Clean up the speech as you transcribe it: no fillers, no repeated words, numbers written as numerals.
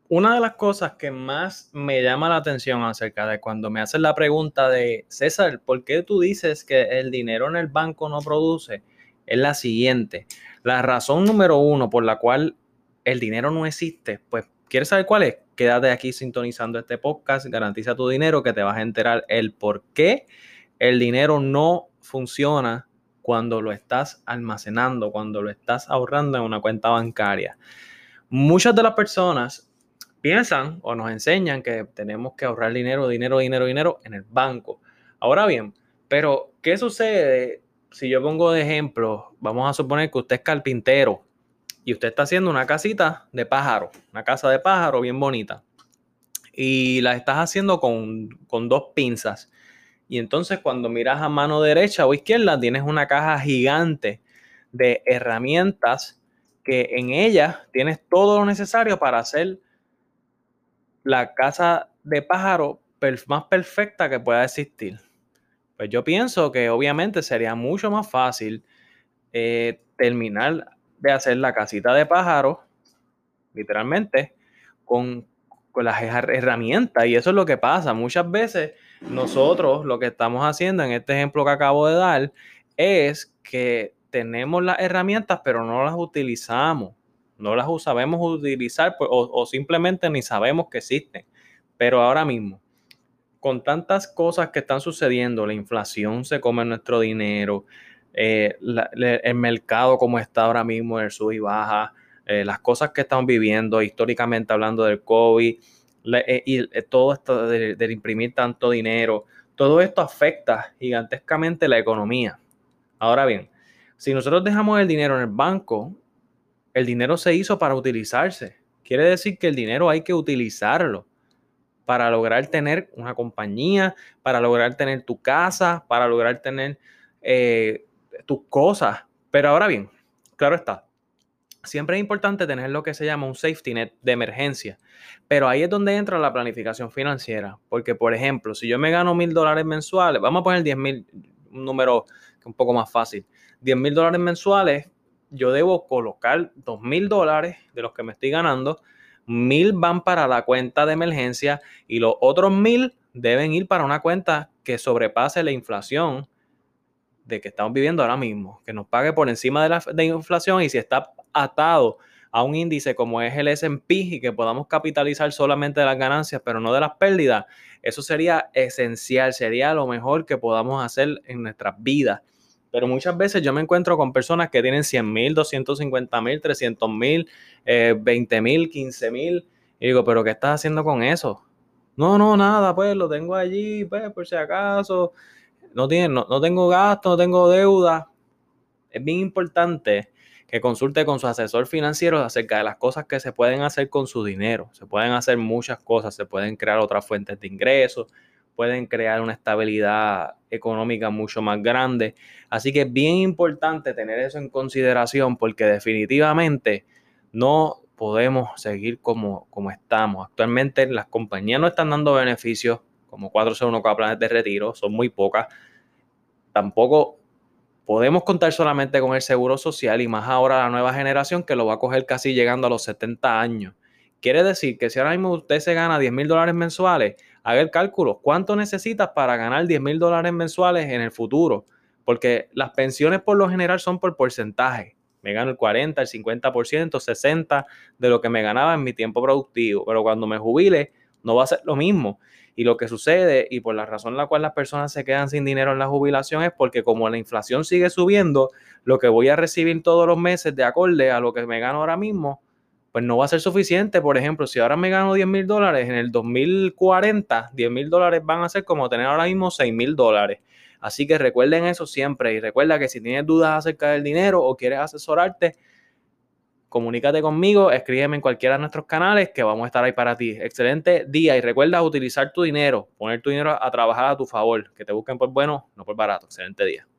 Una de las cosas que más me llama la atención acerca de cuando me hacen la pregunta de César, ¿por qué tú dices que el dinero en el banco no produce? Es la siguiente. La razón número uno por la cual el dinero no existe, pues, ¿quieres saber cuál es? Quédate aquí sintonizando este podcast, garantiza tu dinero, que te vas a enterar el por qué el dinero no funciona cuando lo estás almacenando, cuando lo estás ahorrando en una cuenta bancaria. Muchas de las personas piensan o nos enseñan que tenemos que ahorrar dinero, dinero, dinero, dinero en el banco. Ahora bien, pero ¿qué sucede si yo pongo de ejemplo? Vamos a suponer que usted es carpintero y usted está haciendo una casita de pájaro, una casa de pájaro bien bonita, y la estás haciendo con dos pinzas. Y entonces cuando miras a mano derecha o izquierda, tienes una caja gigante de herramientas que en ella tienes todo lo necesario para hacer la casa de pájaro más perfecta que pueda existir. Pues yo pienso que obviamente sería mucho más fácil terminar de hacer la casita de pájaro, literalmente, con, con las herramientas. Y eso es lo que pasa. Muchas veces nosotros lo que estamos haciendo en este ejemplo que acabo de dar es que tenemos las herramientas, pero no las utilizamos. No las sabemos utilizar o simplemente ni sabemos que existen. Pero ahora mismo, con tantas cosas que están sucediendo, la inflación se come nuestro dinero, el mercado como está ahora mismo, el sub y baja, las cosas que estamos viviendo históricamente hablando del COVID, todo esto de imprimir tanto dinero, todo esto afecta gigantescamente la economía. Ahora bien, si nosotros dejamos el dinero en el banco, el dinero se hizo para utilizarse. Quiere decir que el dinero hay que utilizarlo para lograr tener una compañía, para lograr tener tu casa, para lograr tener eh, tus cosas. Pero ahora bien, claro está, siempre es importante tener lo que se llama un safety net de emergencia. Pero ahí es donde entra la planificación financiera. Porque, por ejemplo, si yo me gano $1,000 mensuales, vamos a poner 10,000, un número un poco más fácil. $10,000 mensuales, yo debo colocar $2,000 de los que me estoy ganando. 1,000 van para la cuenta de emergencia y los otros 1,000 deben ir para una cuenta que sobrepase la inflación de que estamos viviendo ahora mismo, que nos pague por encima de la inflación, y si está atado a un índice como es el S&P y que podamos capitalizar solamente de las ganancias, pero no de las pérdidas, eso sería esencial, sería lo mejor que podamos hacer en nuestras vidas. Pero muchas veces yo me encuentro con personas que tienen 100,000, 250,000, 300,000, 20,000, 15,000, y digo, ¿pero qué estás haciendo con eso? No, no, nada, pues lo tengo allí, pues por si acaso no tengo gasto, no tengo deuda. Es bien importante que consulte con su asesor financiero acerca de las cosas que se pueden hacer con su dinero. Se pueden hacer muchas cosas, se pueden crear otras fuentes de ingresos, pueden crear una estabilidad económica mucho más grande. Así que es bien importante tener eso en consideración porque definitivamente no podemos seguir como estamos. Actualmente las compañías no están dando beneficios como 401k, planes de retiro, son muy pocas. Tampoco podemos contar solamente con el seguro social y más ahora la nueva generación que lo va a coger casi llegando a los 70 años. Quiere decir que si ahora mismo usted se gana $10,000 mensuales, haga el cálculo, ¿cuánto necesitas para ganar $10,000 mensuales en el futuro? Porque las pensiones por lo general son por porcentaje. Me gano el 40, el 50%, 60% de lo que me ganaba en mi tiempo productivo. Pero cuando me jubile, no va a ser lo mismo. Y lo que sucede, y por la razón en la cual las personas se quedan sin dinero en la jubilación, es porque como la inflación sigue subiendo, lo que voy a recibir todos los meses de acorde a lo que me gano ahora mismo, pues no va a ser suficiente. Por ejemplo, si ahora me gano $10,000, en el 2040, $10,000 van a ser como tener ahora mismo $6,000. Así que recuerden eso siempre y recuerda que si tienes dudas acerca del dinero o quieres asesorarte, comunícate conmigo, escríbeme en cualquiera de nuestros canales que vamos a estar ahí para ti. Excelente día y recuerda utilizar tu dinero, poner tu dinero a trabajar a tu favor, que te busquen por bueno, no por barato. Excelente día.